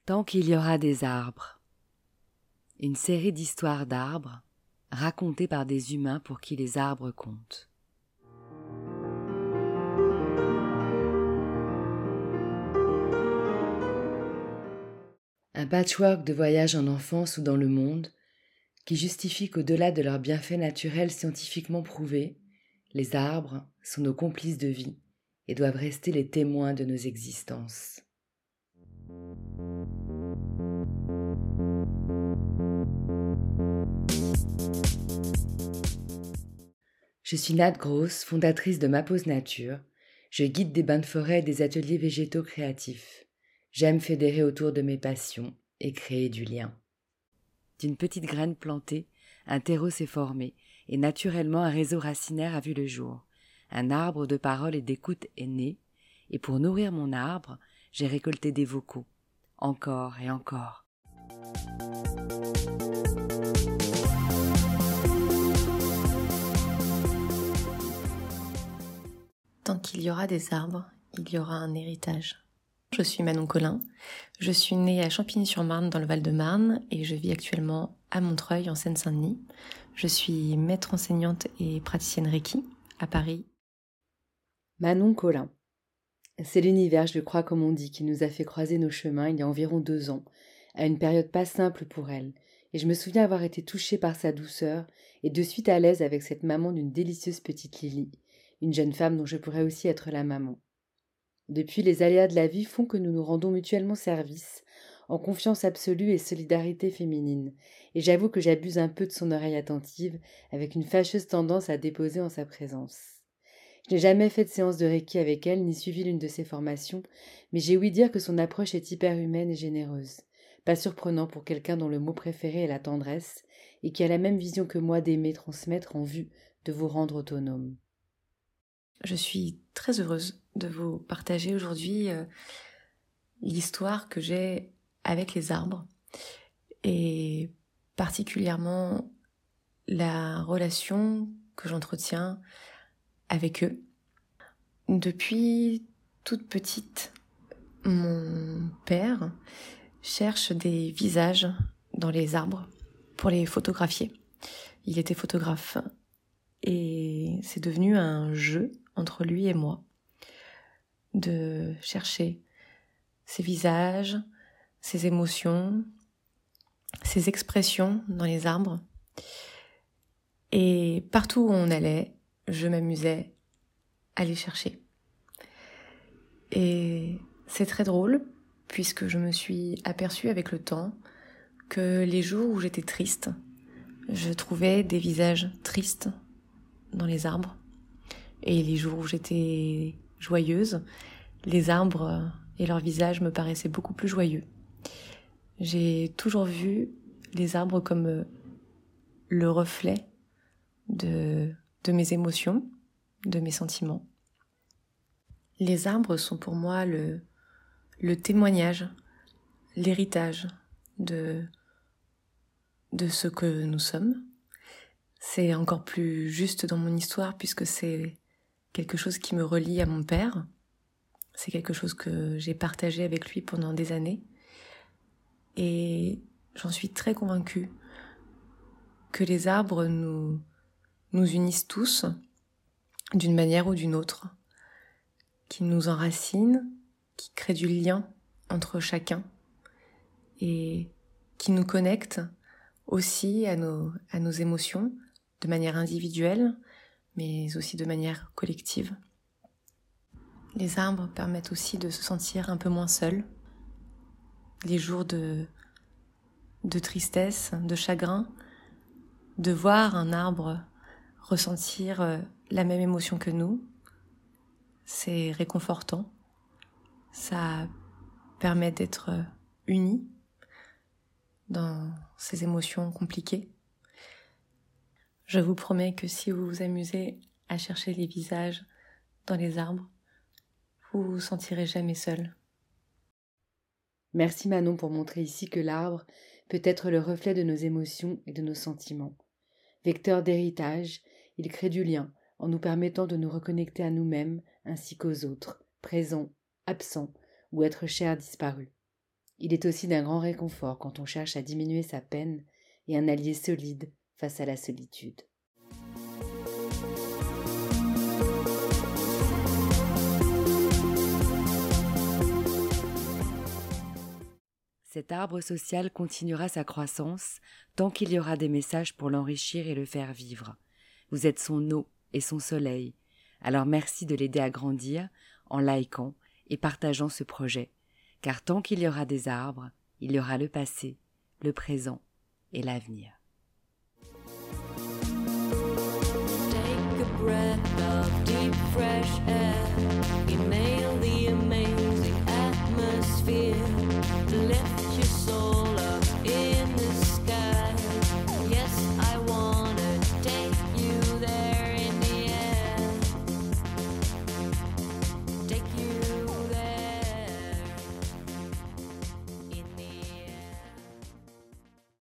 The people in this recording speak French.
Tant qu'il y aura des arbres. Une série d'histoires d'arbres racontées par des humains pour qui les arbres comptent. Un patchwork de voyages en enfance ou dans le monde qui justifie qu'au-delà de leurs bienfaits naturels scientifiquement prouvés, les arbres sont nos complices de vie et doivent rester les témoins de nos existences. Je suis Nat Gross, fondatrice de Ma Pause Nature. Je guide des bains de forêt et des ateliers végétaux créatifs. J'aime fédérer autour de mes passions et créer du lien. D'une petite graine plantée, un terreau s'est formé et naturellement un réseau racinaire a vu le jour. Un arbre de parole et d'écoute est né et pour nourrir mon arbre, j'ai récolté des vocaux, encore et encore. Tant qu'il y aura des arbres, il y aura un héritage. Je suis Manon Collin, je suis née à Champigny-sur-Marne dans le Val-de-Marne et je vis actuellement à Montreuil en Seine-Saint-Denis. Je suis maître enseignante et praticienne Reiki à Paris. Manon Collin. C'est l'univers, je crois comme on dit, qui nous a fait croiser nos chemins il y a environ 2 ans, à une période pas simple pour elle, et je me souviens avoir été touchée par sa douceur et de suite à l'aise avec cette maman d'une délicieuse petite Lily, une jeune femme dont je pourrais aussi être la maman. Depuis, les aléas de la vie font que nous nous rendons mutuellement service, en confiance absolue et solidarité féminine, et j'avoue que j'abuse un peu de son oreille attentive, avec une fâcheuse tendance à déposer en sa présence. Je n'ai jamais fait de séance de Reiki avec elle, ni suivi l'une de ses formations, mais j'ai ouï dire que son approche est hyper humaine et généreuse. Pas surprenant pour quelqu'un dont le mot préféré est la tendresse, et qui a la même vision que moi d'aimer transmettre en vue de vous rendre autonome. Je suis très heureuse de vous partager aujourd'hui l'histoire que j'ai avec les arbres et particulièrement la relation que j'entretiens avec eux. Depuis toute petite, mon père cherche des visages dans les arbres pour les photographier. Il était photographe et c'est devenu un jeu entre lui et moi de chercher ses visages, ses émotions, ses expressions dans les arbres. Et partout où on allait, je m'amusais à les chercher. Et c'est très drôle, puisque je me suis aperçue avec le temps que les jours où j'étais triste, je trouvais des visages tristes dans les arbres. Et les jours où j'étais joyeuse, les arbres et leurs visages me paraissaient beaucoup plus joyeux. J'ai toujours vu les arbres comme le reflet de mes émotions, de mes sentiments. Les arbres sont pour moi le témoignage, l'héritage de ce que nous sommes. C'est encore plus juste dans mon histoire puisque c'est quelque chose qui me relie à mon père. C'est quelque chose que j'ai partagé avec lui pendant des années. Et j'en suis très convaincue que les arbres nous unissent tous d'une manière ou d'une autre, qui nous enracinent, qui créent du lien entre chacun et qui nous connectent aussi à nos émotions de manière individuelle, mais aussi de manière collective. Les arbres permettent aussi de se sentir un peu moins seul. Les jours de tristesse, de chagrin, de voir un arbre ressentir la même émotion que nous, c'est réconfortant. Ça permet d'être unis dans ces émotions compliquées. Je vous promets que si vous vous amusez à chercher les visages dans les arbres, vous vous sentirez jamais seul. Merci Manon pour montrer ici que l'arbre peut être le reflet de nos émotions et de nos sentiments. Vecteur d'héritage, il crée du lien en nous permettant de nous reconnecter à nous-mêmes ainsi qu'aux autres, présents, absents ou être chers disparus. Il est aussi d'un grand réconfort quand on cherche à diminuer sa peine et un allié solide face à la solitude. Cet arbre social continuera sa croissance tant qu'il y aura des messages pour l'enrichir et le faire vivre. Vous êtes son eau et son soleil, alors merci de l'aider à grandir en likant et partageant ce projet, car tant qu'il y aura des arbres, il y aura le passé, le présent et l'avenir. Take a breath of deep fresh air, inhale the amazing atmosphere, lift your soul.